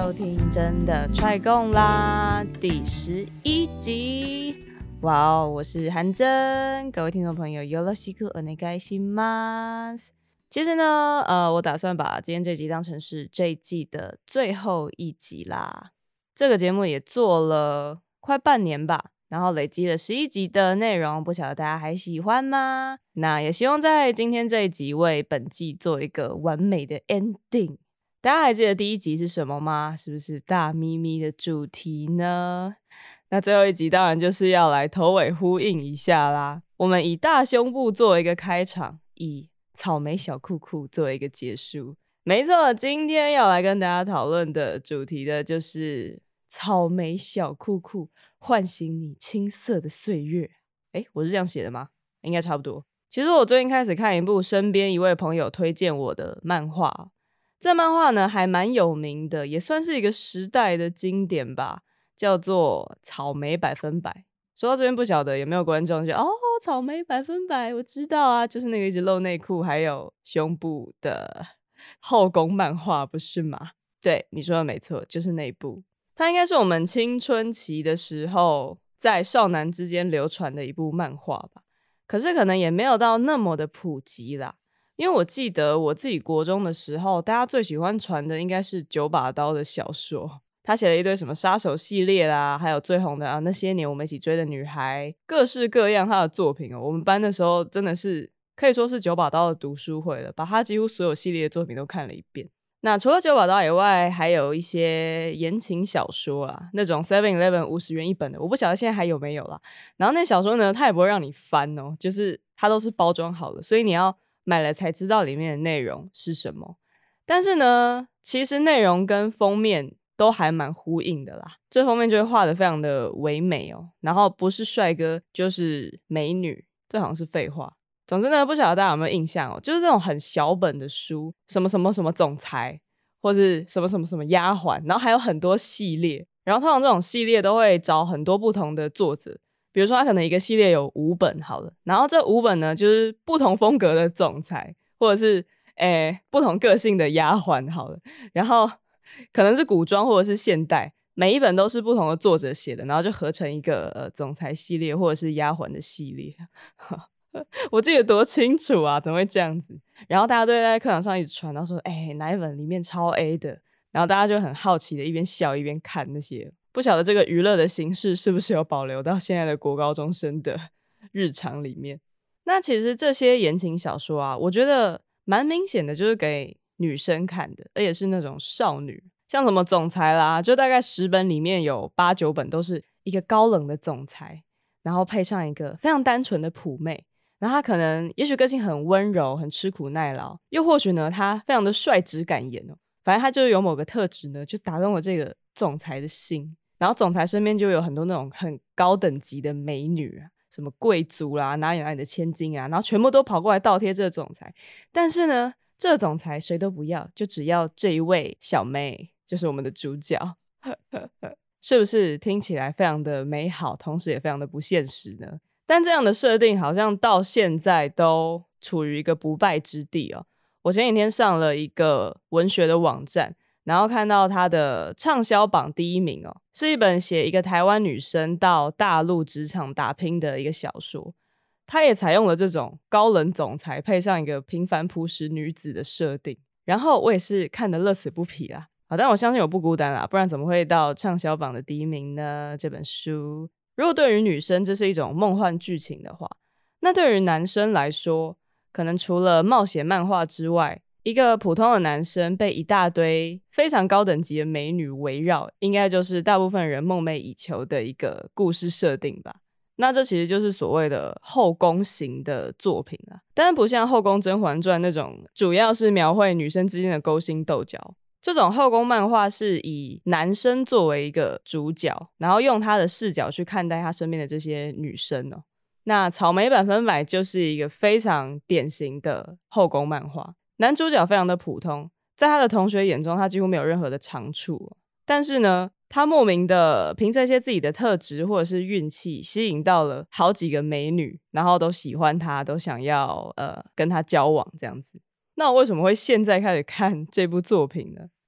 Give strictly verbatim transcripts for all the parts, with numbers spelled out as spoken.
收听真的踹共啦第十一集。哇哦，我是韩真，各位听众朋友よろしくお願いします。其实呢呃，我打算把今天这集当成是这一季的最后一集啦。这个节目也做了快半年吧，然后累积了十一集的内容，不晓得大家还喜欢吗？那也希望在今天这一集为本季做一个完美的 ending。大家还记得第一集是什么吗？是不是大咪咪的主题呢？那最后一集当然就是要来头尾呼应一下啦。我们以大胸部作为一个开场，以草莓小裤裤作为一个结束。没错，今天要来跟大家讨论的主题的就是草莓小裤裤唤醒你青涩的岁月。诶，我是这样写的吗？应该差不多。其实我最近开始看一部身边一位朋友推荐我的漫画，这漫画呢还蛮有名的，也算是一个时代的经典吧，叫做草莓百分百。说到这边不晓得有没有观众觉得哦，草莓百分百我知道啊，就是那个一直露内裤还有胸部的后宫漫画不是吗？对，你说的没错，就是那一部。它应该是我们青春期的时候在少男之间流传的一部漫画吧，可是可能也没有到那么的普及啦。因为我记得我自己国中的时候，大家最喜欢传的应该是九把刀的小说，他写了一堆什么杀手系列啦，还有最红的啊那些年我们一起追的女孩，各式各样他的作品哦。我们班的时候真的是可以说是九把刀的读书会了，把他几乎所有系列的作品都看了一遍。那除了九把刀以外，还有一些言情小说啦，那种 seven eleven 五十元一本的，我不晓得现在还有没有啦。然后那小说呢，它也不会让你翻哦，就是它都是包装好了，所以你要买了才知道里面的内容是什么。但是呢，其实内容跟封面都还蛮呼应的啦。这封面就会画得非常的唯美哦，然后不是帅哥就是美女，这好像是废话。总之呢，不晓得大家有没有印象哦，就是这种很小本的书，什么什么什么总裁，或是什么什么什么丫鬟，然后还有很多系列，然后通常这种系列都会找很多不同的作者，比如说他可能一个系列有五本好了，然后这五本呢就是不同风格的总裁，或者是诶不同个性的丫鬟好了，然后可能是古装或者是现代，每一本都是不同的作者写的，然后就合成一个呃总裁系列或者是丫鬟的系列。我记得多清楚啊，怎么会这样子？然后大家都在课堂上一直传到说，哎、欸，哪一本里面超 A 的，然后大家就很好奇的一边笑一边看那些。不晓得这个娱乐的形式是不是有保留到现在的国高中生的日常里面。那其实这些言情小说啊，我觉得蛮明显的就是给女生看的，而且是那种少女，像什么总裁啦，就大概十本里面有八九本都是一个高冷的总裁，然后配上一个非常单纯的普妹，然后他可能也许个性很温柔很吃苦耐劳，又或许呢他非常的率直敢言哦，反正他就有某个特质呢就打动了这个总裁的心，然后总裁身边就有很多那种很高等级的美女啊，什么贵族啦，哪里哪里的千金啊，然后全部都跑过来倒贴这个总裁，但是呢这个总裁谁都不要，就只要这一位小妹，就是我们的主角。是不是听起来非常的美好，同时也非常的不现实呢？但这样的设定好像到现在都处于一个不败之地哦。我前几天上了一个文学的网站，然后看到它的畅销榜第一名哦，是一本写一个台湾女生到大陆职场打拼的一个小说。它也采用了这种高冷总裁配上一个平凡朴实女子的设定，然后我也是看得乐此不疲啦。好，但我相信我不孤单啦，不然怎么会到畅销榜的第一名呢？这本书如果对于女生这是一种梦幻剧情的话，那对于男生来说，可能除了冒险漫画之外，一个普通的男生被一大堆非常高等级的美女围绕，应该就是大部分人梦寐以求的一个故事设定吧。那这其实就是所谓的后宫型的作品啊，当然不像后宫甄嬛传那种主要是描绘女生之间的勾心斗角，这种后宫漫画是以男生作为一个主角，然后用他的视角去看待他身边的这些女生哦。那草莓百分百就是一个非常典型的后宫漫画，男主角非常的普通，在他的同学眼中他几乎没有任何的长处哦，但是呢他莫名的凭着一些自己的特质或者是运气吸引到了好几个美女，然后都喜欢他，都想要呃跟他交往这样子。那我为什么会现在开始看这部作品呢？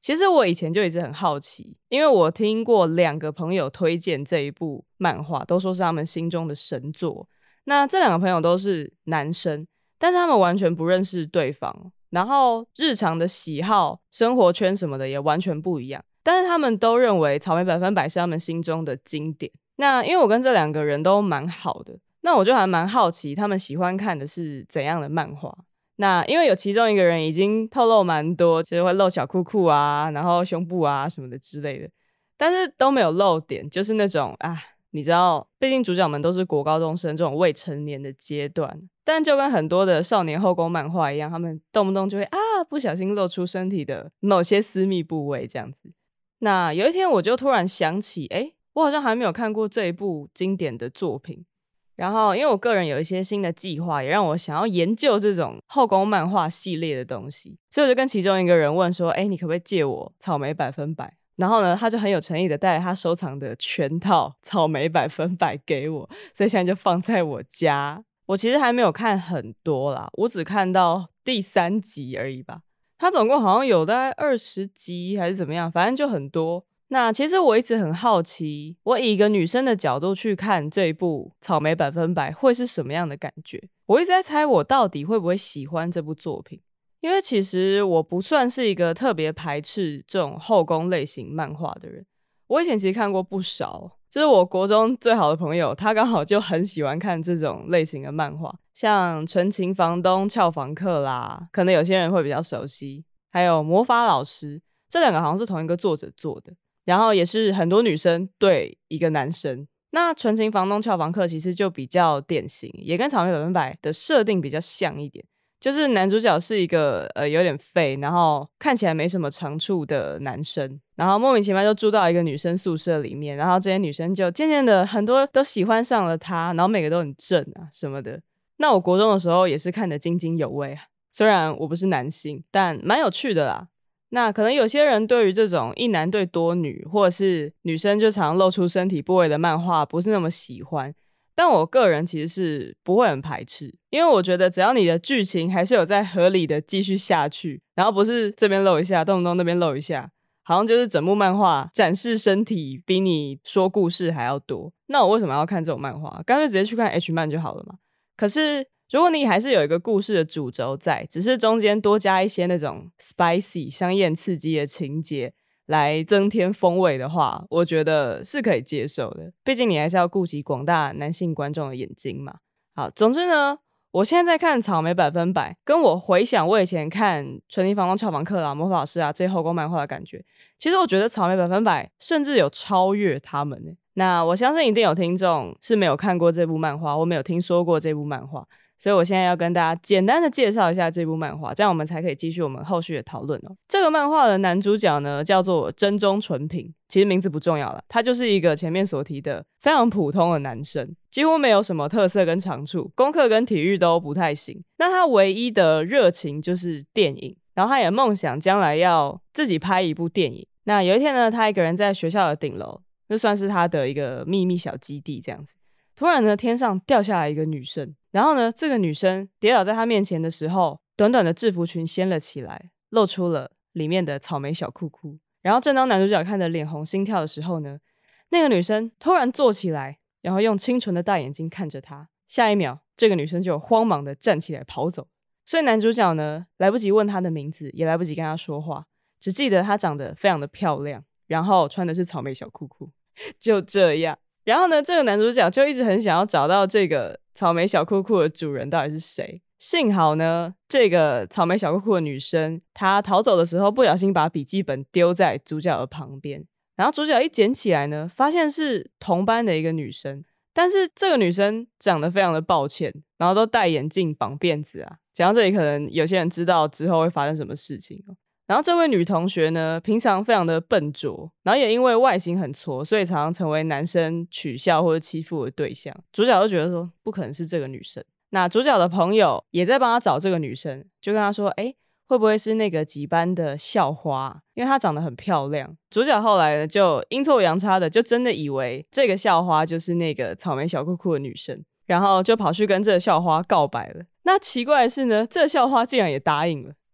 其实我以前就一直很好奇，因为我听过两个朋友推荐这一部漫画，都说是他们心中的神作。那这两个朋友都是男生，但是他们完全不认识对方，然后日常的喜好、生活圈什么的也完全不一样，但是他们都认为草莓百分百是他们心中的经典。那因为我跟这两个人都蛮好的，那我就还蛮好奇他们喜欢看的是怎样的漫画。那因为有其中一个人已经透露蛮多，就是会露小裤裤啊，然后胸部啊什么的之类的，但是都没有露点，就是那种啊，你知道，毕竟主角们都是国高中生这种未成年的阶段，但就跟很多的少年后宫漫画一样，他们动不动就会啊不小心露出身体的某些私密部位这样子。那有一天我就突然想起，诶，我好像还没有看过这一部经典的作品。然后因为我个人有一些新的计划，也让我想要研究这种后宫漫画系列的东西，所以我就跟其中一个人问说，诶，你可不可以借我草莓百分百？然后呢他就很有诚意的带了他收藏的全套草莓百分百给我，所以现在就放在我家。我其实还没有看很多啦，我只看到第三集而已吧，它总共好像有大概二十集还是怎么样，反正就很多。那其实我一直很好奇，我以一个女生的角度去看这一部草莓百分百会是什么样的感觉。我一直在猜我到底会不会喜欢这部作品，因为其实我不算是一个特别排斥这种后宫类型漫画的人，我以前其实看过不少，就是我国中最好的朋友，他刚好就很喜欢看这种类型的漫画，像纯情房东俏房客啦，可能有些人会比较熟悉，还有魔法老师，这两个好像是同一个作者做的，然后也是很多女生对一个男生。那纯情房东俏房客其实就比较典型，也跟草莓百分百的设定比较像一点，就是男主角是一个呃有点废，然后看起来没什么长处的男生，然后莫名其妙就住到一个女生宿舍里面，然后这些女生就渐渐的很多都喜欢上了他，然后每个都很正啊什么的。那我国中的时候也是看得津津有味啊，虽然我不是男性，但蛮有趣的啦。那可能有些人对于这种一男对多女，或者是女生就常露出身体部位的漫画不是那么喜欢，但我个人其实是不会很排斥，因为我觉得只要你的剧情还是有在合理的继续下去，然后不是这边露一下动不动那边露一下，好像就是整部漫画展示身体比你说故事还要多，那我为什么要看这种漫画？干脆直接去看 H 漫就好了嘛。可是如果你还是有一个故事的主轴在，只是中间多加一些那种 spicy 香艳刺激的情节来增添风味的话，我觉得是可以接受的，毕竟你还是要顾及广大男性观众的眼睛嘛。好，总之呢，我现在在看草莓百分百，跟我回想我以前看纯情房东俏房客啦、魔法老师啊这些后宫漫画的感觉，其实我觉得草莓百分百甚至有超越他们耶。那我相信一定有听众是没有看过这部漫画，或没有听说过这部漫画，所以我现在要跟大家简单的介绍一下这部漫画，这样我们才可以继续我们后续的讨论哦。这个漫画的男主角呢叫做真中纯平，其实名字不重要了，他就是一个前面所提的非常普通的男生，几乎没有什么特色跟长处，功课跟体育都不太行。那他唯一的热情就是电影，然后他也梦想将来要自己拍一部电影。那有一天呢，他一个人在学校的顶楼，那算是他的一个秘密小基地这样子。突然呢，天上掉下来一个女生，然后呢，这个女生跌倒在他面前的时候，短短的制服裙掀了起来，露出了里面的草莓小裤裤。然后正当男主角看得脸红心跳的时候呢，那个女生突然坐起来，然后用清纯的大眼睛看着他。下一秒，这个女生就慌忙的站起来跑走。所以男主角呢，来不及问她的名字，也来不及跟她说话，只记得她长得非常的漂亮，然后穿的是草莓小裤裤，就这样。然后呢，这个男主角就一直很想要找到这个草莓小裤裤的主人到底是谁。幸好呢，这个草莓小裤裤的女生她逃走的时候不小心把笔记本丢在主角的旁边，然后主角一捡起来呢，发现是同班的一个女生，但是这个女生长得非常的抱歉，然后都戴眼镜绑辫子啊。讲到这里可能有些人知道之后会发生什么事情哦。然后这位女同学呢，平常非常的笨拙，然后也因为外形很挫，所以常常成为男生取笑或者欺负的对象。主角就觉得说不可能是这个女生，那主角的朋友也在帮他找这个女生，就跟他说诶，会不会是那个几班的校花，因为她长得很漂亮。主角后来呢就阴错阳差的就真的以为这个校花就是那个草莓小裤裤的女生，然后就跑去跟这个校花告白了。那奇怪的是呢，这个校花竟然也答应了。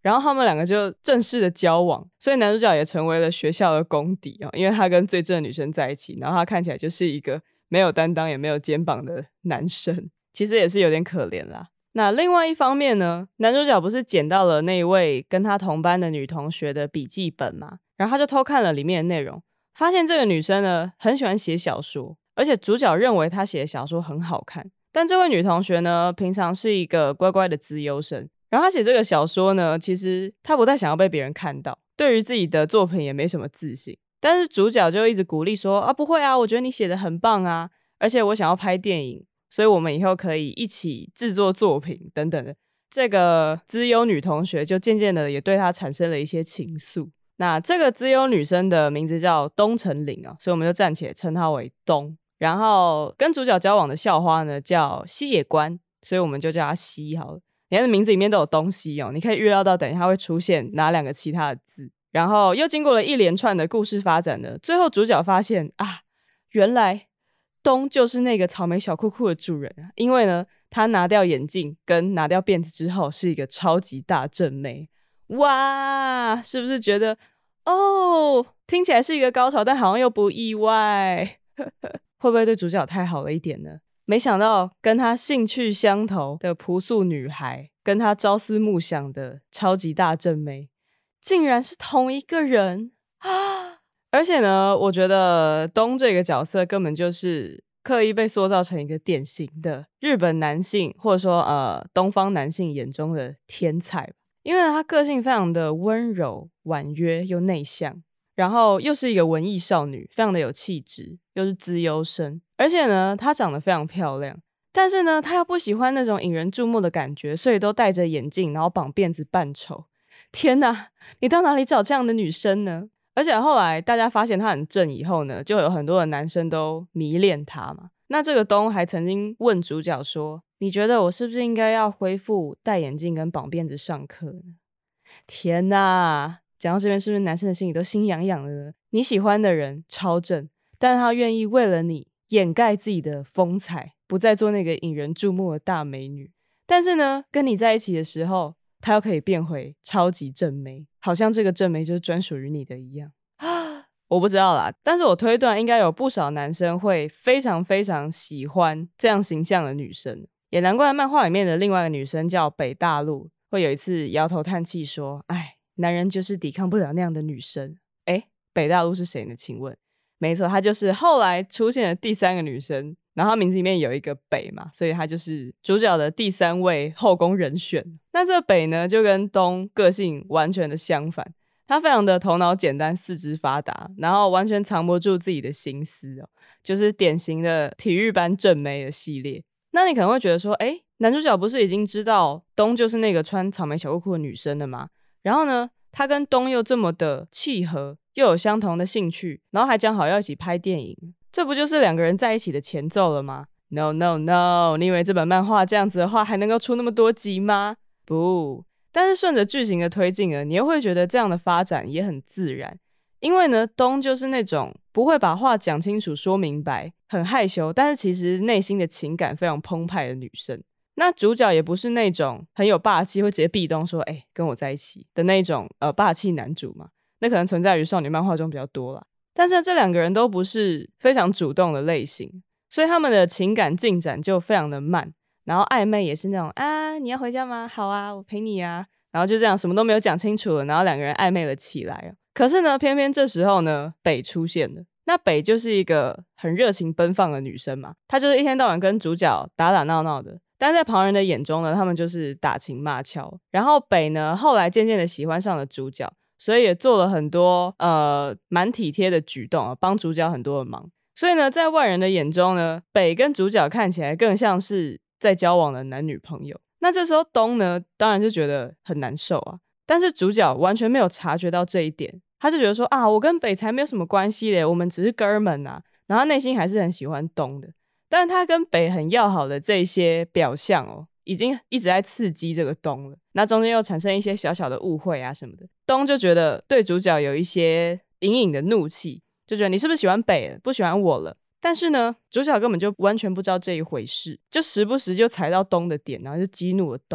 然后他们两个就正式的交往，所以男主角也成为了学校的公敌哦，因为他跟最正的女生在一起，然后他看起来就是一个没有担当也没有肩膀的男生，其实也是有点可怜啦。那另外一方面呢，男主角不是捡到了那一位跟他同班的女同学的笔记本嘛，然后他就偷看了里面的内容，发现这个女生呢很喜欢写小说，而且主角认为她写的小说很好看，但这位女同学呢平常是一个乖乖的资优生，然后她写这个小说呢，其实她不太想要被别人看到，对于自己的作品也没什么自信，但是主角就一直鼓励说啊，不会啊，我觉得你写的很棒啊，而且我想要拍电影，所以我们以后可以一起制作作品等等的。这个资优女同学就渐渐的也对她产生了一些情愫。那这个资优女生的名字叫东城绫啊，所以我们就暂且称她为东。然后跟主角交往的校花呢叫西野关，所以我们就叫她西好了。你看名字里面都有东西哦，你可以预料到等一下会出现哪两个其他的字。然后又经过了一连串的故事发展呢，最后主角发现啊，原来东就是那个草莓小裤裤的主人啊，因为呢他拿掉眼镜跟拿掉辫子之后是一个超级大正妹。哇，是不是觉得哦，听起来是一个高潮，但好像又不意外会不会对主角太好了一点呢？没想到跟他兴趣相投的朴素女孩，跟他朝思暮想的超级大正妹，竟然是同一个人啊！而且呢，我觉得东这个角色根本就是刻意被塑造成一个典型的日本男性，或者说呃东方男性眼中的天才，因为呢他个性非常的温柔、婉约又内向，然后又是一个文艺少女，非常的有气质，又是资优生，而且呢她长得非常漂亮，但是呢她又不喜欢那种引人注目的感觉，所以都戴着眼镜，然后绑辫子扮丑。天哪，你到哪里找这样的女生呢？而且后来大家发现她很正以后呢，就有很多的男生都迷恋她嘛。那这个东还曾经问主角说，你觉得我是不是应该要恢复戴眼镜跟绑辫子上课呢？天哪，讲到这边是不是男生的心里都心痒痒的呢？你喜欢的人超正，但他愿意为了你掩盖自己的风采，不再做那个引人注目的大美女，但是呢跟你在一起的时候他又可以变回超级正妹，好像这个正妹就是专属于你的一样我不知道啦，但是我推断应该有不少男生会非常非常喜欢这样形象的女生，也难怪漫画里面的另外一个女生叫北大陆会有一次摇头叹气说，哎，男人就是抵抗不了那样的女生。诶，北大陆是谁呢？请问？没错，她就是后来出现的第三个女生，然后她名字里面有一个北嘛，所以她就是主角的第三位后宫人选。那这个北呢就跟东个性完全的相反，他非常的头脑简单，四肢发达，然后完全藏不住自己的心思哦，就是典型的体育班正妹的系列。那你可能会觉得说，诶，男主角不是已经知道东就是那个穿草莓小裤裤的女生的吗？然后呢他跟东又这么的契合，又有相同的兴趣，然后还讲好要一起拍电影，这不就是两个人在一起的前奏了吗？ No No No， 你以为这本漫画这样子的话还能够出那么多集吗？不，但是顺着剧情的推进呢，你又会觉得这样的发展也很自然，因为呢东就是那种不会把话讲清楚说明白，很害羞，但是其实内心的情感非常澎湃的女生。那主角也不是那种很有霸气会直接壁咚说哎、欸，跟我在一起的那种呃霸气男主嘛，那可能存在于少女漫画中比较多啦。但是这两个人都不是非常主动的类型，所以他们的情感进展就非常的慢，然后暧昧也是那种啊你要回家吗？好啊，我陪你啊，然后就这样什么都没有讲清楚了，然后两个人暧昧了起来。可是呢偏偏这时候呢北出现了，那北就是一个很热情奔放的女生嘛，她就是一天到晚跟主角打打闹闹的，但在旁人的眼中呢他们就是打情骂俏。然后北呢后来渐渐的喜欢上了主角，所以也做了很多呃蛮体贴的举动啊，帮主角很多的忙。所以呢在外人的眼中呢，北跟主角看起来更像是在交往的男女朋友。那这时候东呢当然就觉得很难受啊，但是主角完全没有察觉到这一点，他就觉得说啊我跟北才没有什么关系嘞，我们只是哥们啊，然后他内心还是很喜欢东的。但是他跟北很要好的这些表象哦，已经一直在刺激这个东了，那中间又产生一些小小的误会啊什么的，东就觉得对主角有一些隐隐的怒气，就觉得你是不是喜欢北了，不喜欢我了。但是呢主角根本就完全不知道这一回事，就时不时就踩到东的点，然后就激怒了东。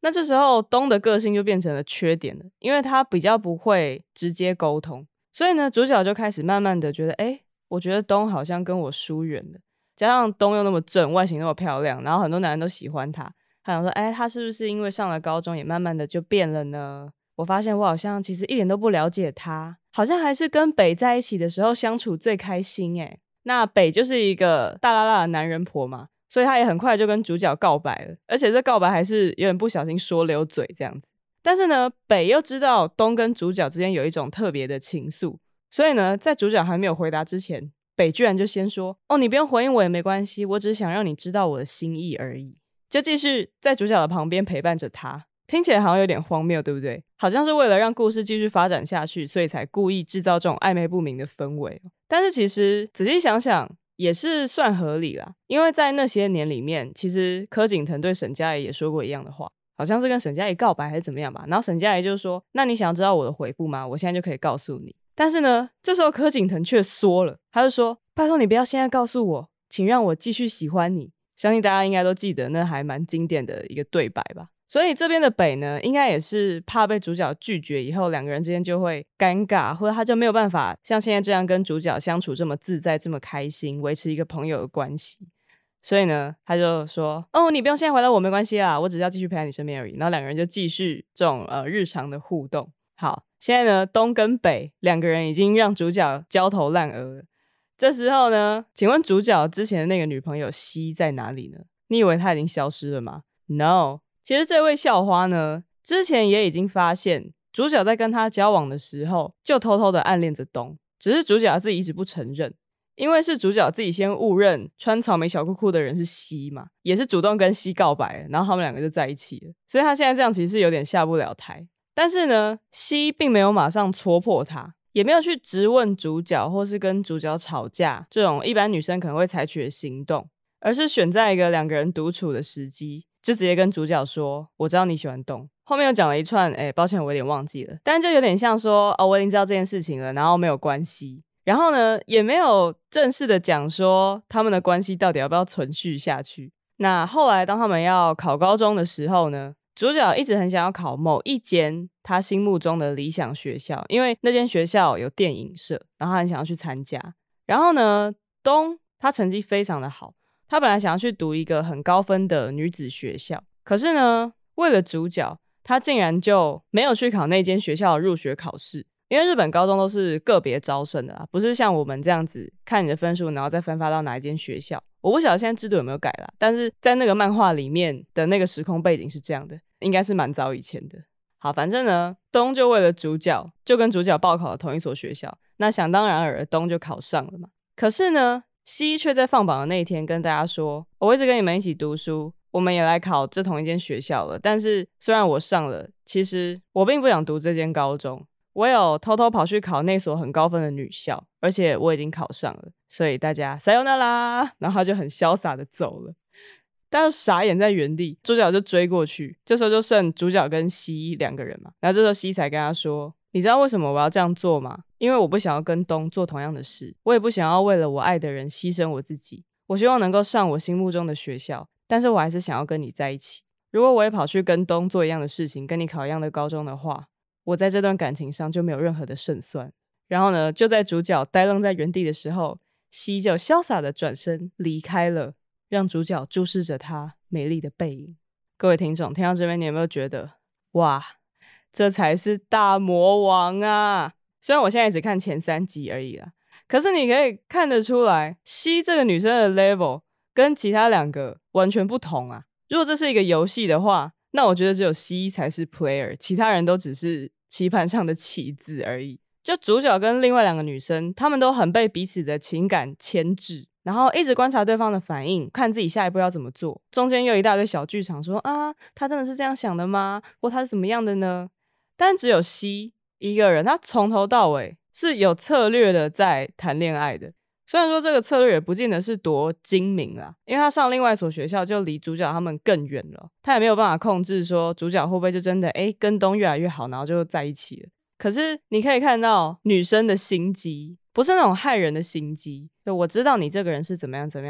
那这时候东的个性就变成了缺点了，因为他比较不会直接沟通，所以呢主角就开始慢慢的觉得，诶，我觉得东好像跟我疏远了，加上东又那么正，外形那么漂亮，然后很多男人都喜欢他，他想说，诶，他是不是因为上了高中也慢慢的就变了呢？我发现我好像其实一点都不了解他，好像还是跟北在一起的时候相处最开心诶。那北就是一个大辣辣的男人婆嘛，所以他也很快就跟主角告白了，而且这告白还是有点不小心说溜嘴这样子。但是呢北又知道东跟主角之间有一种特别的情愫，所以呢在主角还没有回答之前，北居然就先说，哦，你不用回应我也没关系，我只是想让你知道我的心意而已，就继续在主角的旁边陪伴着他。听起来好像有点荒谬，对不对？好像是为了让故事继续发展下去，所以才故意制造这种暧昧不明的氛围。但是其实仔细想想也是算合理啦，因为在那些年里面，其实柯景腾对沈佳宜也说过一样的话，好像是跟沈佳宜告白还是怎么样吧，然后沈佳宜就说，那你想要知道我的回复吗？我现在就可以告诉你。但是呢这时候柯景腾却缩了，他就说，拜托你不要现在告诉我，请让我继续喜欢你。相信大家应该都记得那还蛮经典的一个对白吧。所以这边的北呢应该也是怕被主角拒绝以后两个人之间就会尴尬，或者他就没有办法像现在这样跟主角相处这么自在这么开心，维持一个朋友的关系，所以呢他就说，哦，你不用现在回答我没关系啦，我只是要继续陪在你身边而已。然后两个人就继续这种呃日常的互动。好，现在呢东跟北两个人已经让主角焦头烂额了，这时候呢请问主角之前的那个女朋友西在哪里呢？你以为她已经消失了吗？ No，其实这位校花呢之前也已经发现主角在跟他交往的时候就偷偷的暗恋着东，只是主角自己一直不承认，因为是主角自己先误认穿草莓小裤裤的人是西嘛，也是主动跟西告白了，然后他们两个就在一起了，所以他现在这样其实是有点下不了台。但是呢西并没有马上戳破他，也没有去质问主角或是跟主角吵架这种一般女生可能会采取的行动，而是选在一个两个人独处的时机就直接跟主角说，我知道你喜欢东。后面又讲了一串，哎，抱歉我有点忘记了，但就有点像说，哦，我已经知道这件事情了，然后没有关系。然后呢也没有正式的讲说他们的关系到底要不要存续下去。那后来当他们要考高中的时候呢，主角一直很想要考某一间他心目中的理想学校，因为那间学校有电影社，然后他很想要去参加。然后呢东他成绩非常的好，他本来想要去读一个很高分的女子学校，可是呢为了主角他竟然就没有去考那间学校的入学考试。因为日本高中都是个别招生的啦，不是像我们这样子看你的分数然后再分发到哪一间学校。我不晓得现在制度有没有改啦，但是在那个漫画里面的那个时空背景是这样的，应该是蛮早以前的。好，反正呢东就为了主角就跟主角报考了同一所学校，那想当然尔东就考上了嘛。可是呢西却在放榜的那一天跟大家说，我一直跟你们一起读书，我们也来考这同一间学校了，但是虽然我上了，其实我并不想读这间高中，我有偷偷跑去考那所很高分的女校，而且我已经考上了，所以大家撒由那拉，然后他就很潇洒的走了。但是傻眼在原地，主角就追过去，这时候就剩主角跟西两个人嘛，然后这时候西才跟他说，你知道为什么我要这样做吗？因为我不想要跟东做同样的事，我也不想要为了我爱的人牺牲我自己，我希望能够上我心目中的学校，但是我还是想要跟你在一起。如果我也跑去跟东做一样的事情，跟你考一样的高中的话，我在这段感情上就没有任何的胜算。然后呢就在主角呆愣在原地的时候，西就潇洒的转身离开了，让主角注视着他美丽的背影。各位听众听到这边，你有没有觉得哇，这才是大魔王啊？虽然我现在只看前三集而已啦，可是你可以看得出来西这个女生的 level 跟其他两个完全不同啊。如果这是一个游戏的话，那我觉得只有西才是 player， 其他人都只是棋盘上的棋子而已。就主角跟另外两个女生，他们都很被彼此的情感牵制，然后一直观察对方的反应，看自己下一步要怎么做。中间又一大堆小剧场说啊，他真的是这样想的吗？或他是怎么样的呢？但只有西一个人，他从头到尾是有策略的在谈恋爱的。虽然说这个策略也不见得是多精明啦，因为他上另外一所学校就离主角他们更远了，他也没有办法控制说主角会不会就真的诶跟东越来越好，然后就在一起了。可是你可以看到女生的心机不是那种害人的心机，就我知道你这个人是怎么样怎么样的，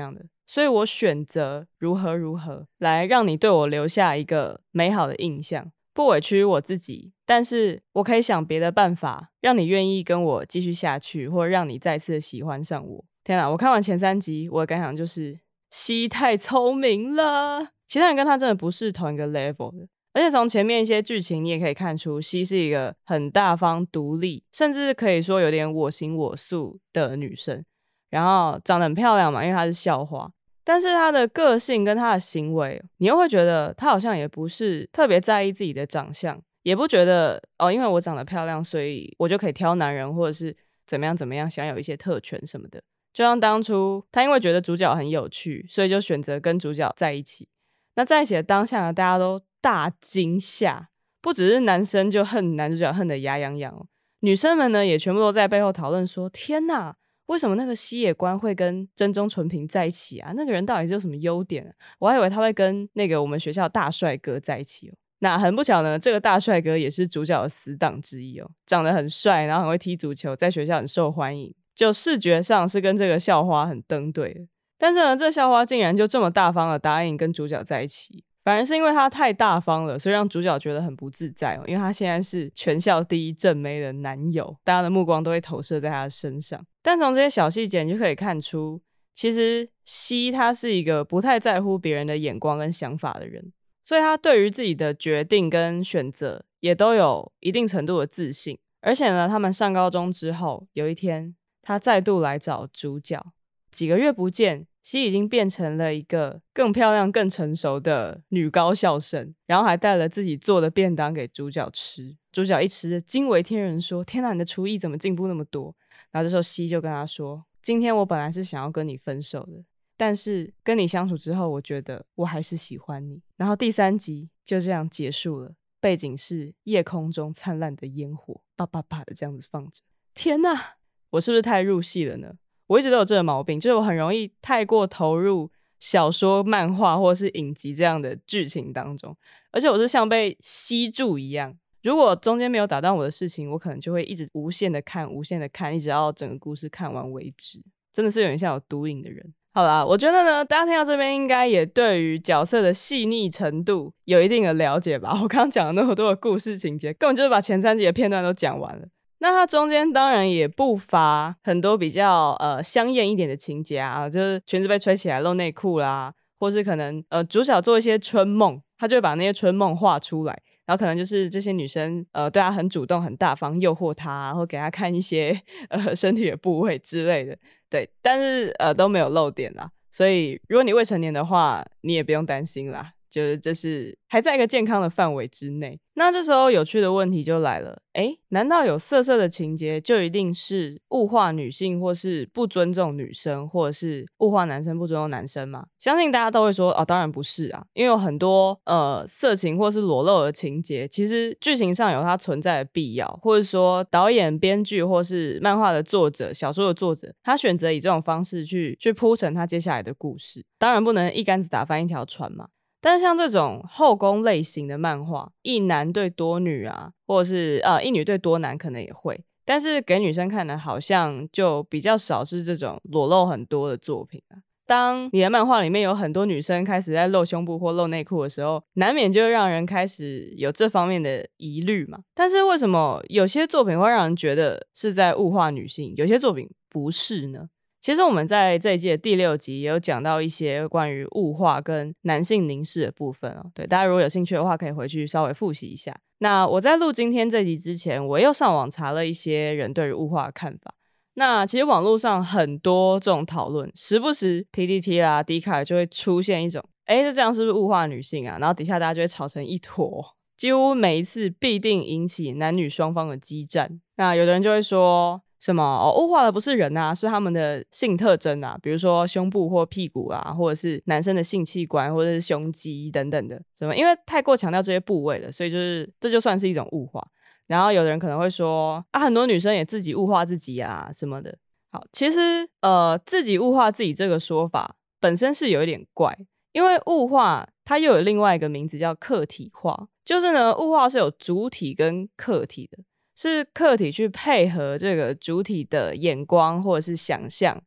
所以我选择如何如何来让你对我留下一个美好的印象，不委屈我自己，但是我可以想别的办法让你愿意跟我继续下去，或者让你再次的喜欢上我。天哪，我看完前三集我的感想就是西太聪明了，其他人跟他真的不是同一个 level 的。而且从前面一些剧情你也可以看出，西是一个很大方独立，甚至可以说有点我行我素的女生，然后长得很漂亮嘛，因为她是校花，但是她的个性跟她的行为，你又会觉得她好像也不是特别在意自己的长相，也不觉得哦，因为我长得漂亮所以我就可以挑男人，或者是怎么样怎么样，想有一些特权什么的。就像当初她因为觉得主角很有趣，所以就选择跟主角在一起。那在一起的当下呢，大家都大惊吓，不只是男生就恨男主角恨得牙痒痒哦，女生们呢也全部都在背后讨论说，天哪，为什么那个西野官会跟真宗纯平在一起啊？那个人到底是有什么优点啊？我还以为他会跟那个我们学校大帅哥在一起哦。那很不巧呢，这个大帅哥也是主角的死党之一哦，长得很帅，然后很会踢足球，在学校很受欢迎，就视觉上是跟这个校花很登对的。但是呢，这校花竟然就这么大方的答应跟主角在一起，反而是因为他太大方了，所以让主角觉得很不自在哦。因为他现在是全校第一正妹的男友，大家的目光都会投射在他的身上。但从这些小细节你就可以看出，其实西他是一个不太在乎别人的眼光跟想法的人，所以他对于自己的决定跟选择也都有一定程度的自信。而且呢，他们上高中之后，有一天他再度来找主角，几个月不见，西已经变成了一个更漂亮更成熟的女高校生，然后还带了自己做的便当给主角吃。主角一吃惊为天人，说天哪，你的厨艺怎么进步那么多？然后这时候西就跟他说，今天我本来是想要跟你分手的，但是跟你相处之后，我觉得我还是喜欢你。然后第三集就这样结束了，背景是夜空中灿烂的烟火，叭叭叭的这样子放着。天哪，我是不是太入戏了呢？我一直都有这个毛病，就是我很容易太过投入小说、漫画或是影集这样的剧情当中，而且我是像被吸住一样，如果中间没有打断我的事情，我可能就会一直无限的看无限的看，一直到整个故事看完为止，真的是有点像有毒瘾的人。好啦，我觉得呢，大家听到这边应该也对于角色的细腻程度有一定的了解吧。我刚刚讲了那么多的故事情节，根本就是把前三集的片段都讲完了。那它中间当然也不乏很多比较呃香艳一点的情节啊，就是裙子被吹起来露内裤啦，或是可能呃主角做一些春梦，他就会把那些春梦画出来，然后可能就是这些女生呃对他很主动很大方，诱惑他、啊，或给他看一些呃身体的部位之类的，对，但是呃都没有漏点啦，所以如果你未成年的话，你也不用担心啦，就是这是还在一个健康的范围之内。那这时候有趣的问题就来了，诶，难道有色色的情节就一定是物化女性，或是不尊重女生，或者是物化男生不尊重男生吗？相信大家都会说哦，当然不是啊，因为有很多呃色情或是裸露的情节，其实剧情上有它存在的必要，或者说导演、编剧或是漫画的作者、小说的作者，他选择以这种方式去去铺陈他接下来的故事，当然不能一竿子打翻一条船嘛。但是像这种后宫类型的漫画，一男对多女啊，或者是呃一女对多男可能也会，但是给女生看的好像就比较少是这种裸露很多的作品啊。当你的漫画里面有很多女生开始在露胸部或露内裤的时候，难免就会让人开始有这方面的疑虑嘛。但是为什么有些作品会让人觉得是在物化女性，有些作品不是呢？其实我们在这一季的第六集也有讲到一些关于物化跟男性凝视的部分哦。对，大家如果有兴趣的话，可以回去稍微复习一下。那我在录今天这集之前，我又上网查了一些人对于物化的看法。那其实网络上很多这种讨论，时不时 P T T 啦、D 卡就会出现一种，诶，这样是不是物化女性啊？然后底下大家就会吵成一坨，几乎每一次必定引起男女双方的激战。那有的人就会说，什么哦，物化的不是人啊，是他们的性特征啊，比如说胸部或屁股啊，或者是男生的性器官，或者是胸肌等等的，什么因为太过强调这些部位了，所以就是这就算是一种物化。然后有的人可能会说啊，很多女生也自己物化自己啊什么的。好，其实呃，自己物化自己这个说法本身是有一点怪，因为物化它又有另外一个名字叫客体化，就是呢，物化是有主体跟客体的。是客体去配合这个主体的眼光或者是想象，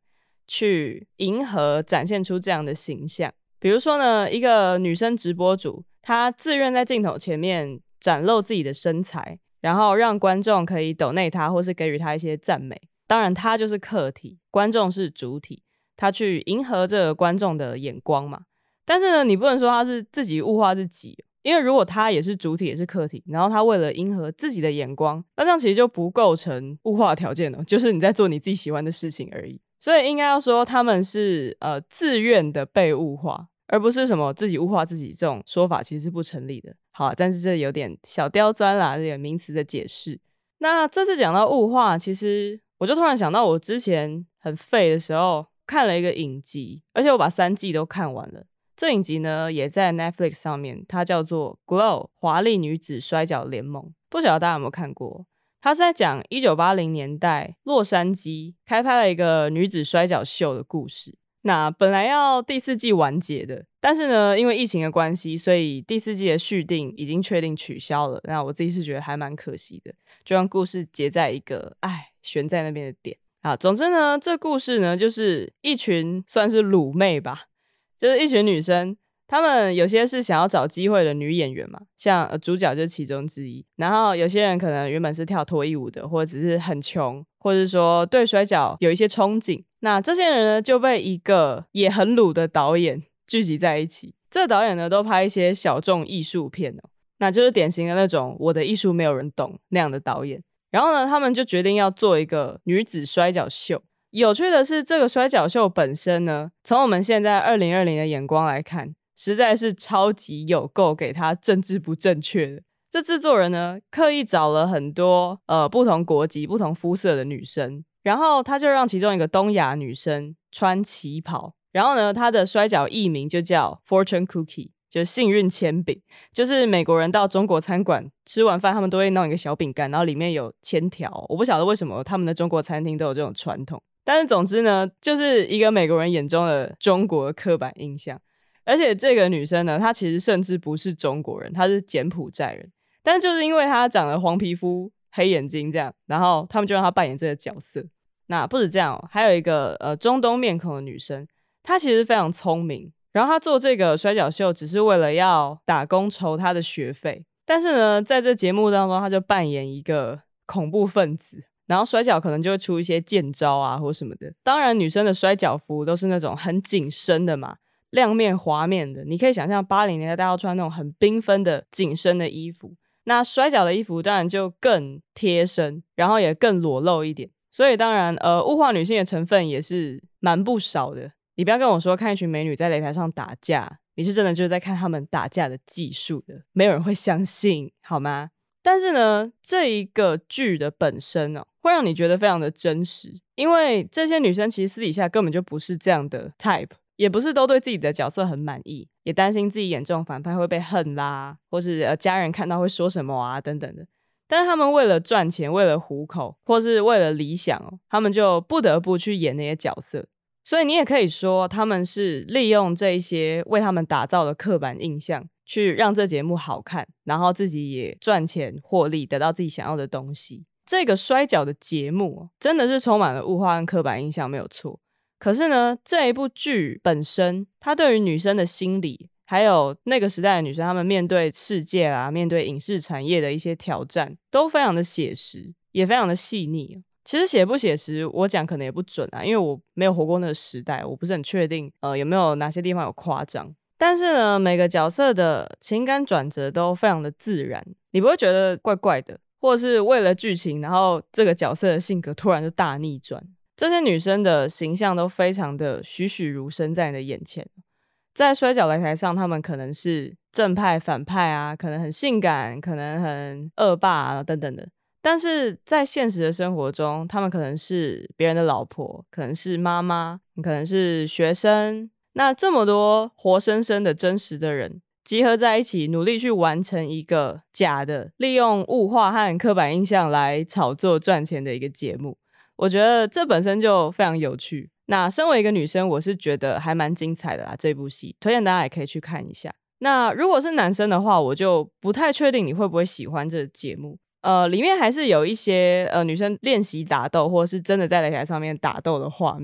去迎合展现出这样的形象。比如说呢，一个女生直播主，她自愿在镜头前面展露自己的身材，然后让观众可以抖内她或是给予她一些赞美。当然她就是客体，观众是主体，她去迎合这个观众的眼光嘛。但是呢，你不能说她是自己物化自己，因为如果她也是主体也是客体，然后她为了迎合自己的眼光，那这样其实就不构成物化条件了，就是你在做你自己喜欢的事情而已。所以应该要说他们是呃自愿的被物化，而不是什么自己物化自己，这种说法其实是不成立的。好，但是这有点小刁钻啦，这个名词的解释。那这次讲到物化，其实我就突然想到我之前很废的时候看了一个影集，而且我把三季都看完了。这影集呢也在 Netflix 上面，它叫做 Glow 华丽女子摔角联盟，不晓得大家有没有看过。它是在讲一九八零年代洛杉矶开拍了一个女子摔角秀的故事。那本来要第四季完结的，但是呢因为疫情的关系，所以第四季的续订已经确定取消了。那我自己是觉得还蛮可惜的，就让故事结在一个唉悬在那边的点。好，总之呢这故事呢就是一群算是鲁妹吧，就是一群女生，她们有些是想要找机会的女演员嘛，像、呃、主角就是其中之一。然后有些人可能原本是跳脱衣舞的，或者只是很穷，或者是说对摔角有一些憧憬。那这些人呢就被一个也很鲁的导演聚集在一起。这个导演呢都拍一些小众艺术片哦，那就是典型的那种我的艺术没有人懂那样的导演。然后呢他们就决定要做一个女子摔角秀。有趣的是，这个摔角秀本身呢，从我们现在二零二零的眼光来看，实在是超级有够给他政治不正确的。这制作人呢刻意找了很多呃不同国籍不同肤色的女生，然后他就让其中一个东亚女生穿旗袍，然后呢他的摔角艺名就叫 Fortune Cookie， 就是幸运铅饼。就是美国人到中国餐馆吃完饭，他们都会弄一个小饼干，然后里面有铅条。我不晓得为什么他们的中国餐厅都有这种传统，但是总之呢就是一个美国人眼中的中国刻板印象。而且这个女生呢她其实甚至不是中国人，她是柬埔寨人，但是就是因为她长了黄皮肤黑眼睛这样，然后他们就让她扮演这个角色。那不止这样、哦、还有一个呃中东面孔的女生，她其实非常聪明，然后她做这个摔角秀只是为了要打工筹她的学费。但是呢在这节目当中她就扮演一个恐怖分子，然后摔角可能就会出一些剑招啊或什么的。当然女生的摔角服都是那种很紧身的嘛，亮面滑面的，你可以想象八零年代大家要穿那种很缤纷的紧身的衣服，那摔角的衣服当然就更贴身，然后也更裸露一点。所以当然呃，物化女性的成分也是蛮不少的。你不要跟我说看一群美女在擂台上打架，你是真的就是在看他们打架的技术的，没有人会相信好吗？但是呢这一个剧的本身哦，会让你觉得非常的真实，因为这些女生其实私底下根本就不是这样的 type， 也不是都对自己的角色很满意，也担心自己演这种反派会被恨啦，或是、呃、家人看到会说什么啊等等的。但是他们为了赚钱为了糊口或是为了理想、哦、他们就不得不去演那些角色。所以你也可以说他们是利用这一些为他们打造的刻板印象去让这节目好看，然后自己也赚钱获利，得到自己想要的东西。这个摔角的节目、哦、真的是充满了物化跟刻板印象没有错。可是呢这一部剧本身它对于女生的心理还有那个时代的女生她们面对世界啦面对影视产业的一些挑战都非常的写实，也非常的细腻。其实写不写实我讲可能也不准啊，因为我没有活过那个时代，我不是很确定呃有没有哪些地方有夸张。但是呢每个角色的情感转折都非常的自然，你不会觉得怪怪的，或者是为了剧情然后这个角色的性格突然就大逆转。这些女生的形象都非常的栩栩如生在你的眼前。在摔角擂台上他们可能是正派反派啊，可能很性感，可能很恶霸啊等等的。但是在现实的生活中他们可能是别人的老婆，可能是妈妈，可能是学生。那这么多活生生的真实的人集合在一起努力去完成一个假的利用物化和刻板印象来炒作赚钱的一个节目，我觉得这本身就非常有趣。那身为一个女生我是觉得还蛮精彩的啦，这部戏推荐大家也可以去看一下。那如果是男生的话我就不太确定你会不会喜欢这个节目。呃，里面还是有一些呃女生练习打斗或是真的在擂台上面打斗的画面，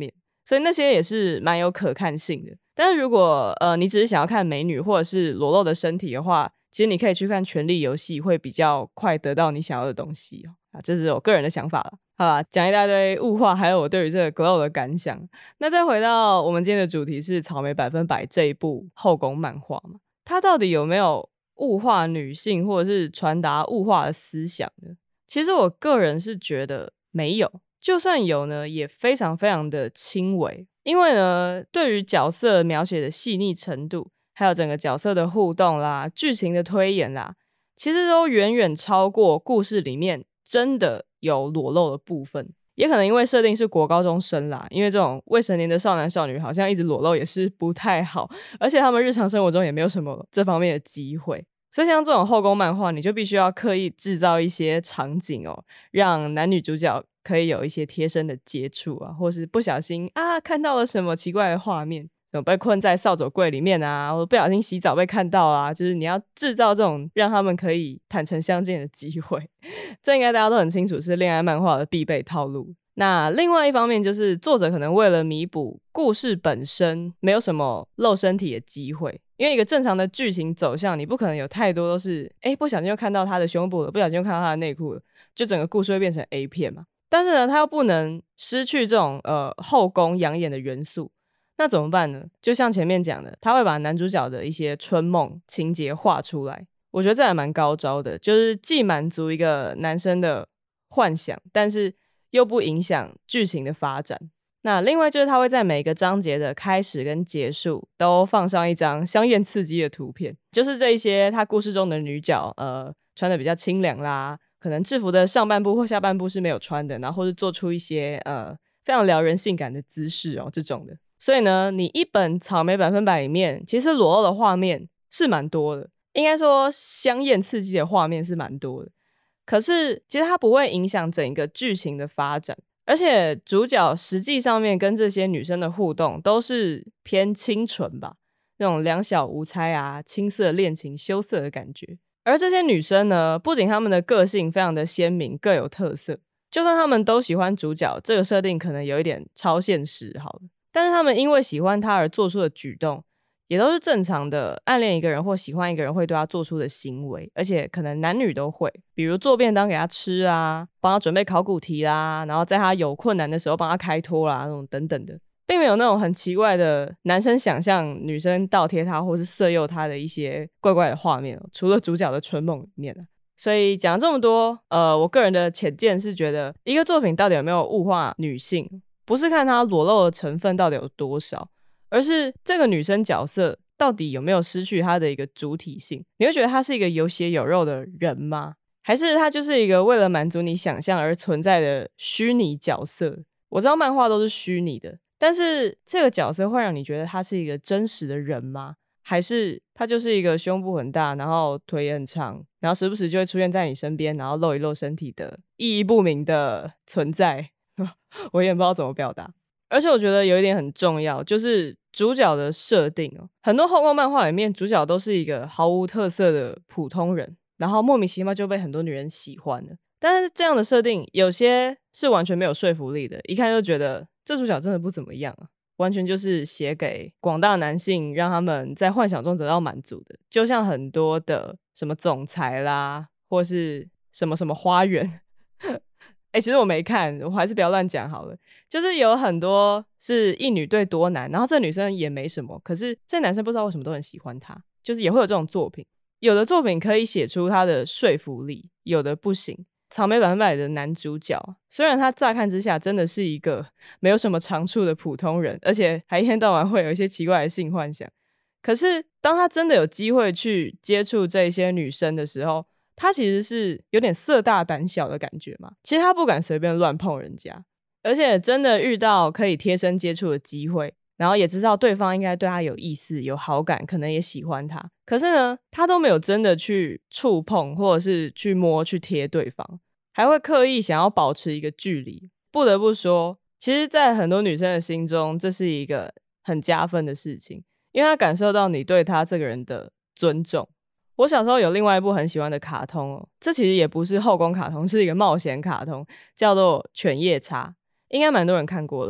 所以那些也是蛮有可看性的。但是如果呃你只是想要看美女或者是裸露的身体的话，其实你可以去看《权力游戏》，会比较快得到你想要的东西哦。啊，这是我个人的想法了。好啦，讲一大堆物化，还有我对于这个 glow 的感想。那再回到我们今天的主题是草莓百分百这一部后宫漫画嘛，它到底有没有物化女性或者是传达物化的思想呢？其实我个人是觉得没有，就算有呢，也非常非常的轻微。因为呢，对于角色描写的细腻程度，还有整个角色的互动啦、剧情的推演啦，其实都远远超过故事里面真的有裸露的部分。也可能因为设定是国高中生啦，因为这种未成年的少男少女好像一直裸露也是不太好，而且他们日常生活中也没有什么这方面的机会。所以像这种后宫漫画，你就必须要刻意制造一些场景哦，让男女主角可以有一些贴身的接触啊，或是不小心啊看到了什么奇怪的画面，什么被困在扫帚柜里面啊，或者不小心洗澡被看到啊，就是你要制造这种让他们可以坦诚相见的机会。这应该大家都很清楚是恋爱漫画的必备套路。那另外一方面就是作者可能为了弥补故事本身没有什么露身体的机会，因为一个正常的剧情走向你不可能有太多都是诶不小心又看到他的胸部了，不小心又看到他的内裤了，就整个故事会变成 A 片嘛。但是呢他又不能失去这种呃后宫养眼的元素，那怎么办呢？就像前面讲的，他会把男主角的一些春梦情节画出来，我觉得这还蛮高招的，就是既满足一个男生的幻想，但是又不影响剧情的发展。那另外就是他会在每个章节的开始跟结束都放上一张香艳刺激的图片，就是这一些他故事中的女角呃穿的比较清凉啦，可能制服的上半部或下半部是没有穿的，然后或是做出一些呃非常撩人性感的姿势哦这种的。所以呢你一本草莓百分百里面其实裸露的画面是蛮多的，应该说香艳刺激的画面是蛮多的，可是其实它不会影响整个剧情的发展，而且主角实际上面跟这些女生的互动都是偏清纯吧，那种两小无猜啊，青涩恋情羞涩的感觉。而这些女生呢，不仅她们的个性非常的鲜明各有特色，就算她们都喜欢主角，这个设定可能有一点超现实好了，但是她们因为喜欢他而做出的举动也都是正常的暗恋一个人或喜欢一个人会对他做出的行为，而且可能男女都会，比如做便当给他吃啊，帮他准备考古题啦，然后在他有困难的时候帮他开脱啦，那种等等的，并没有那种很奇怪的男生想象女生倒贴他或是色诱他的一些怪怪的画面哦，除了主角的春梦里面啊。所以讲这么多呃，我个人的浅见是觉得一个作品到底有没有物化女性，不是看它裸露的成分到底有多少，而是这个女生角色到底有没有失去她的一个主体性。你会觉得她是一个有血有肉的人吗？还是她就是一个为了满足你想象而存在的虚拟角色？我知道漫画都是虚拟的，但是这个角色会让你觉得她是一个真实的人吗？还是她就是一个胸部很大，然后腿也很长，然后时不时就会出现在你身边，然后露一露身体的意义不明的存在？我也不知道怎么表达。而且我觉得有一点很重要，就是主角的设定哦。很多后宫漫画里面主角都是一个毫无特色的普通人，然后莫名其妙就被很多女人喜欢了。但是这样的设定有些是完全没有说服力的，一看就觉得这主角真的不怎么样啊，完全就是写给广大男性让他们在幻想中得到满足的。就像很多的什么总裁啦，或是什么什么花园哎、欸，其实我没看，我还是不要乱讲好了。就是有很多是一女对多男，然后这女生也没什么，可是这男生不知道为什么都很喜欢她，就是也会有这种作品。有的作品可以写出他的说服力，有的不行。草莓百分百的男主角，虽然他乍看之下真的是一个没有什么长处的普通人，而且还一天到晚会有一些奇怪的性幻想，可是当他真的有机会去接触这些女生的时候，他其实是有点色大胆小的感觉嘛。其实他不敢随便乱碰人家，而且真的遇到可以贴身接触的机会，然后也知道对方应该对他有意思有好感，可能也喜欢他，可是呢他都没有真的去触碰或者是去摸去贴对方，还会刻意想要保持一个距离。不得不说其实在很多女生的心中这是一个很加分的事情，因为他感受到你对他这个人的尊重。我小时候有另外一部很喜欢的卡通哦，这其实也不是后宫卡通，是一个冒险卡通，叫做犬夜叉，应该蛮多人看过了吧。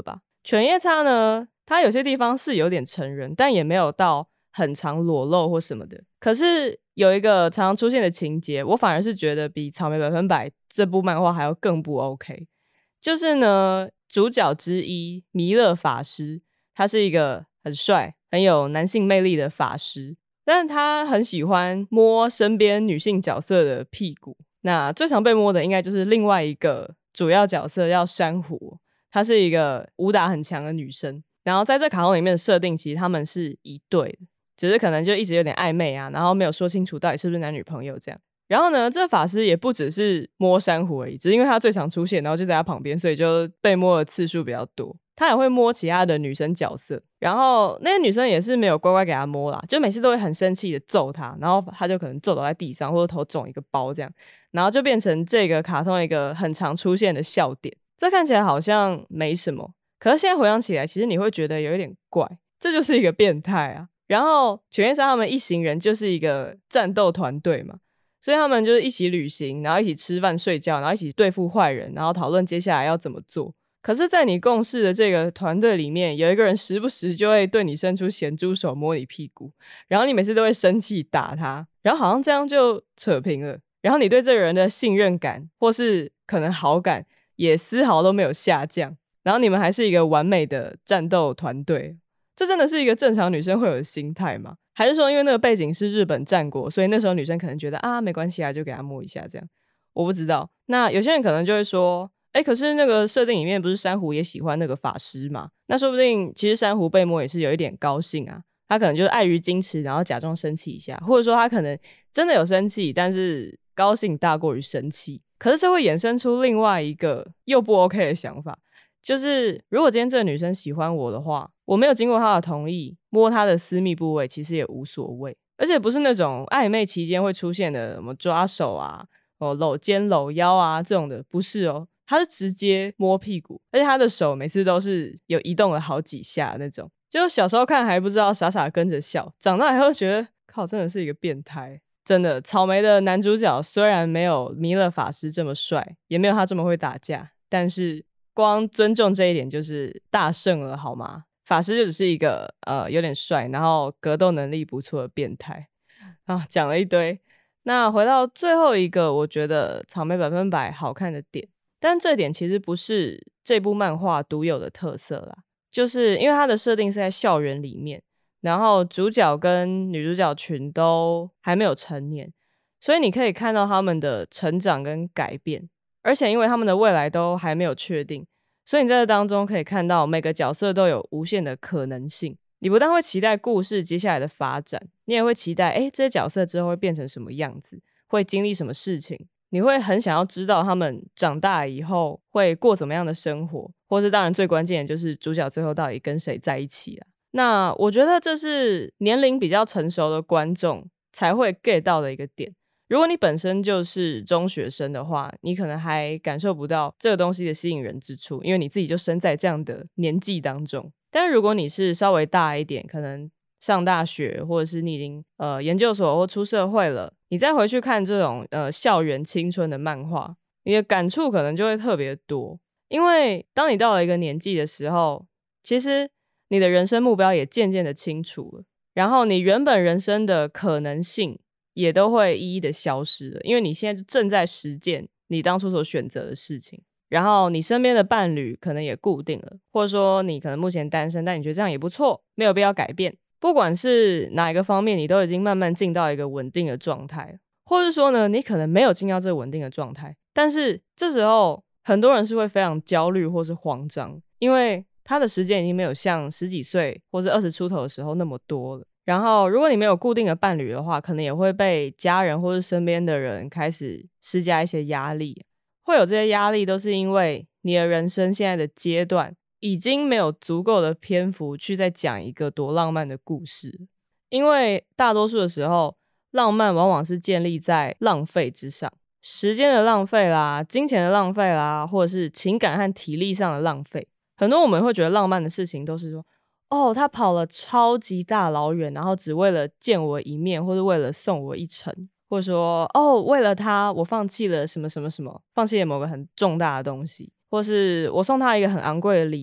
犬夜叉呢，它有些地方是有点成人，但也没有到很常裸露或什么的。可是有一个常常出现的情节，我反而是觉得比草莓百分百这部漫画还要更不 OK。就是呢，主角之一弥勒法师，他是一个很帅、很有男性魅力的法师，但是他很喜欢摸身边女性角色的屁股。那最常被摸的应该就是另外一个主要角色叫珊瑚，她是一个武打很强的女生。然后在这卡通里面的设定，其实他们是一对的，只是可能就一直有点暧昧啊，然后没有说清楚到底是不是男女朋友这样。然后呢，这法师也不只是摸珊瑚而已，只是因为他最常出现，然后就在他旁边，所以就被摸的次数比较多。他也会摸其他的女生角色，然后那些女生也是没有乖乖给他摸啦，就每次都会很生气的揍他，然后他就可能揍倒在地上，或者头肿一个包这样，然后就变成这个卡通一个很常出现的笑点。这看起来好像没什么，可是现在回想起来，其实你会觉得有一点怪，这就是一个变态啊。然后犬夜叉他们一行人就是一个战斗团队嘛，所以他们就是一起旅行，然后一起吃饭睡觉，然后一起对付坏人，然后讨论接下来要怎么做。可是在你共事的这个团队里面，有一个人时不时就会对你伸出咸猪手摸你屁股，然后你每次都会生气打他，然后好像这样就扯平了，然后你对这个人的信任感或是可能好感也丝毫都没有下降，然后你们还是一个完美的战斗团队。这真的是一个正常女生会有的心态吗？还是说因为那个背景是日本战国，所以那时候女生可能觉得啊没关系啊，就给他摸一下这样？我不知道。那有些人可能就会说，诶，可是那个设定里面不是珊瑚也喜欢那个法师嘛？那说不定其实珊瑚被摸也是有一点高兴啊，他可能就是碍于矜持，然后假装生气一下，或者说他可能真的有生气，但是高兴大过于生气。可是这会衍生出另外一个又不 OK 的想法，就是如果今天这个女生喜欢我的话，我没有经过她的同意摸她的私密部位其实也无所谓，而且不是那种暧昧期间会出现的什么抓手啊、哦搂肩搂腰啊这种的，不是哦，她是直接摸屁股，而且她的手每次都是有移动了好几下那种，就小时候看还不知道，傻傻跟着笑，长大以后觉得靠真的是一个变态。真的，草莓的男主角虽然没有弥勒法师这么帅，也没有他这么会打架，但是光尊重这一点就是大胜了好吗？法师就只是一个呃有点帅，然后格斗能力不错的变态啊，讲了一堆。那回到最后一个，我觉得草莓百分百好看的点，但这点其实不是这部漫画独有的特色啦，就是因为它的设定是在校园里面，然后主角跟女主角群都还没有成年，所以你可以看到他们的成长跟改变，而且因为他们的未来都还没有确定，所以你在这当中可以看到每个角色都有无限的可能性。你不但会期待故事接下来的发展，你也会期待诶这些角色之后会变成什么样子，会经历什么事情，你会很想要知道他们长大以后会过怎么样的生活，或是当然最关键的就是主角最后到底跟谁在一起啦。那我觉得这是年龄比较成熟的观众才会 get 到的一个点。如果你本身就是中学生的话，你可能还感受不到这个东西的吸引人之处，因为你自己就身在这样的年纪当中。但如果你是稍微大一点，可能上大学，或者是你已经呃研究所或出社会了，你再回去看这种呃校园青春的漫画，你的感触可能就会特别多。因为当你到了一个年纪的时候，其实你的人生目标也渐渐的清楚了，然后你原本人生的可能性也都会一一的消失了，因为你现在正在实践你当初所选择的事情，然后你身边的伴侣可能也固定了，或者说你可能目前单身，但你觉得这样也不错，没有必要改变。不管是哪一个方面，你都已经慢慢进到一个稳定的状态，或者说呢，你可能没有进到这个稳定的状态，但是这时候很多人是会非常焦虑或是慌张，因为他的时间已经没有像十几岁或是二十出头的时候那么多了。然后如果你没有固定的伴侣的话，可能也会被家人或是身边的人开始施加一些压力，会有这些压力都是因为你的人生现在的阶段已经没有足够的篇幅去再讲一个多浪漫的故事，因为大多数的时候浪漫往往是建立在浪费之上，时间的浪费啦，金钱的浪费啦，或者是情感和体力上的浪费。很多我们会觉得浪漫的事情都是说，哦，他跑了超级大老远，然后只为了见我一面，或是为了送我一程，或者说哦，为了他我放弃了什么什么什么，放弃了某个很重大的东西，或是我送他一个很昂贵的礼物，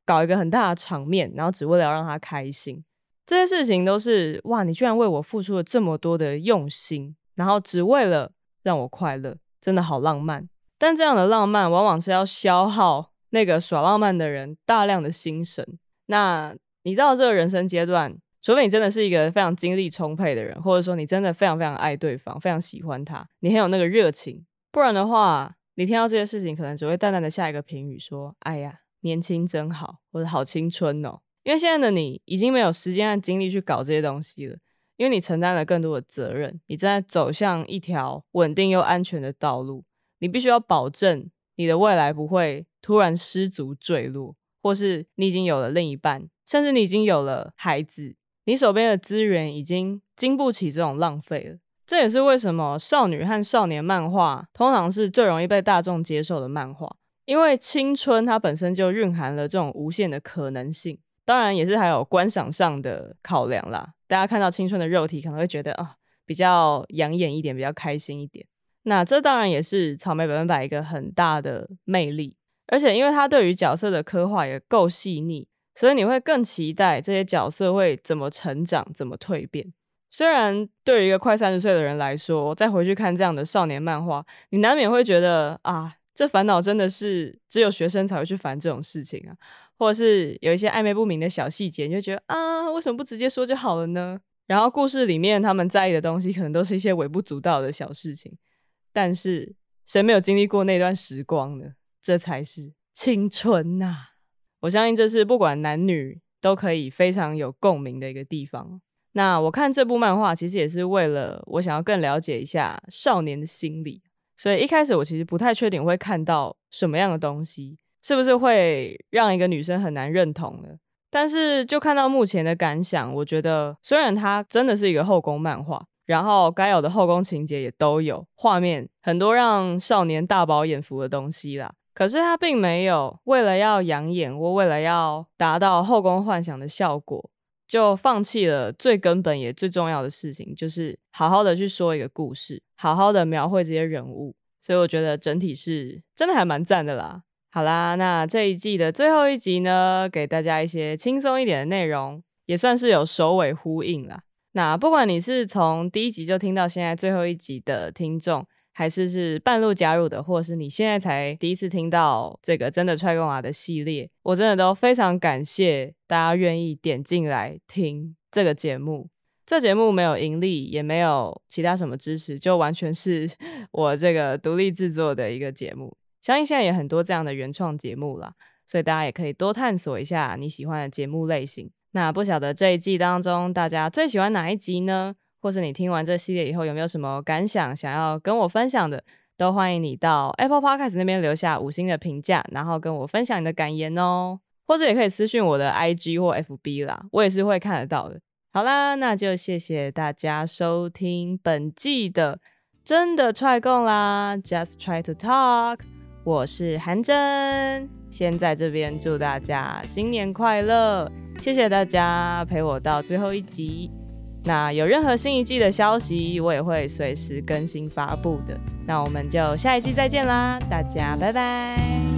搞一个很大的场面，然后只为了要让他开心。这些事情都是哇，你居然为我付出了这么多的用心，然后只为了让我快乐，真的好浪漫。但这样的浪漫往往是要消耗那个耍浪漫的人大量的心神。那你到这个人生阶段，除非你真的是一个非常精力充沛的人，或者说你真的非常非常爱对方，非常喜欢他，你很有那个热情，不然的话你听到这些事情可能只会淡淡的下一个评语说，哎呀，年轻真好，或者好青春哦。因为现在的你已经没有时间和精力去搞这些东西了，因为你承担了更多的责任，你正在走向一条稳定又安全的道路，你必须要保证你的未来不会突然失足坠落，或是你已经有了另一半，甚至你已经有了孩子，你手边的资源已经经不起这种浪费了。这也是为什么少女和少年漫画通常是最容易被大众接受的漫画，因为青春它本身就蕴含了这种无限的可能性，当然也是还有观赏上的考量啦。大家看到青春的肉体可能会觉得啊，比较养眼一点，比较开心一点。那这当然也是草莓百分百一个很大的魅力，而且因为它对于角色的刻画也够细腻，所以你会更期待这些角色会怎么成长，怎么蜕变。虽然对于一个快三十岁的人来说，再回去看这样的少年漫画，你难免会觉得啊，这烦恼真的是只有学生才会去烦这种事情啊，或者是有一些暧昧不明的小细节，你就觉得啊，为什么不直接说就好了呢？然后故事里面他们在意的东西可能都是一些微不足道的小事情，但是谁没有经历过那段时光呢？这才是青春啊。我相信这是不管男女都可以非常有共鸣的一个地方。那我看这部漫画其实也是为了我想要更了解一下少年的心理，所以一开始我其实不太确定会看到什么样的东西，是不是会让一个女生很难认同呢？但是就看到目前的感想，我觉得虽然它真的是一个后宫漫画，然后该有的后宫情节也都有，画面很多让少年大饱眼福的东西啦，可是它并没有为了要养眼或为了要达到后宫幻想的效果，就放弃了最根本也最重要的事情，就是好好的去说一个故事，好好的描绘这些人物。所以我觉得整体是真的还蛮赞的啦。好啦，那这一季的最后一集呢，给大家一些轻松一点的内容，也算是有首尾呼应啦。那不管你是从第一集就听到现在最后一集的听众，还是是半路加入的，或者是你现在才第一次听到这个真的踹共啦的系列，我真的都非常感谢大家愿意点进来听这个节目。这节目没有盈利，也没有其他什么支持，就完全是我这个独立制作的一个节目。相信现在也很多这样的原创节目啦，所以大家也可以多探索一下你喜欢的节目类型。那不晓得这一季当中大家最喜欢哪一集呢？或是你听完这系列以后有没有什么感想想要跟我分享的，都欢迎你到 Apple Podcast 那边留下五星的评价，然后跟我分享你的感言哦。或者也可以私讯我的 I G 或 F B 啦，我也是会看得到的。好啦，那就谢谢大家收听本季的真的踹共啦 Just Try to Talk， 我是韩真，先在这边祝大家新年快乐，谢谢大家陪我到最后一集。那有任何新一季的消息，我也会随时更新发布的。那我们就下一季再见啦，大家拜拜。